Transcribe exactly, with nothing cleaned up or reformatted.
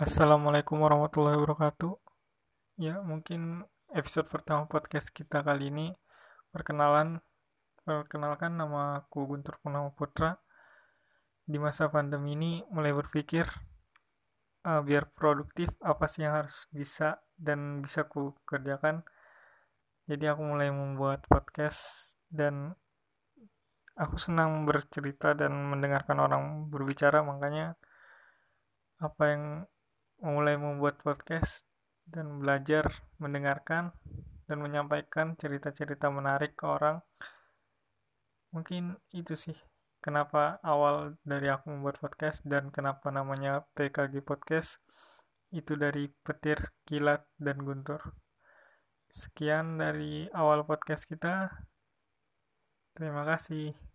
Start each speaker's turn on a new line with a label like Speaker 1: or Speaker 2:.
Speaker 1: Assalamualaikum warahmatullahi wabarakatuh. Ya, mungkin episode pertama podcast kita kali ini perkenalan. Perkenalkan nama aku Guntur Purnama Putra. Di masa pandemi ini mulai berpikir eh, biar produktif apa sih yang harus bisa dan bisa ku kerjakan. Jadi aku mulai membuat podcast dan aku senang bercerita dan mendengarkan orang berbicara, makanya apa yang mulai membuat podcast dan belajar mendengarkan dan menyampaikan cerita-cerita menarik ke orang. Mungkin itu sih kenapa awal dari aku membuat podcast dan kenapa namanya P K G Podcast. Itu dari petir, kilat, dan guntur. Sekian dari awal podcast kita. Terima kasih.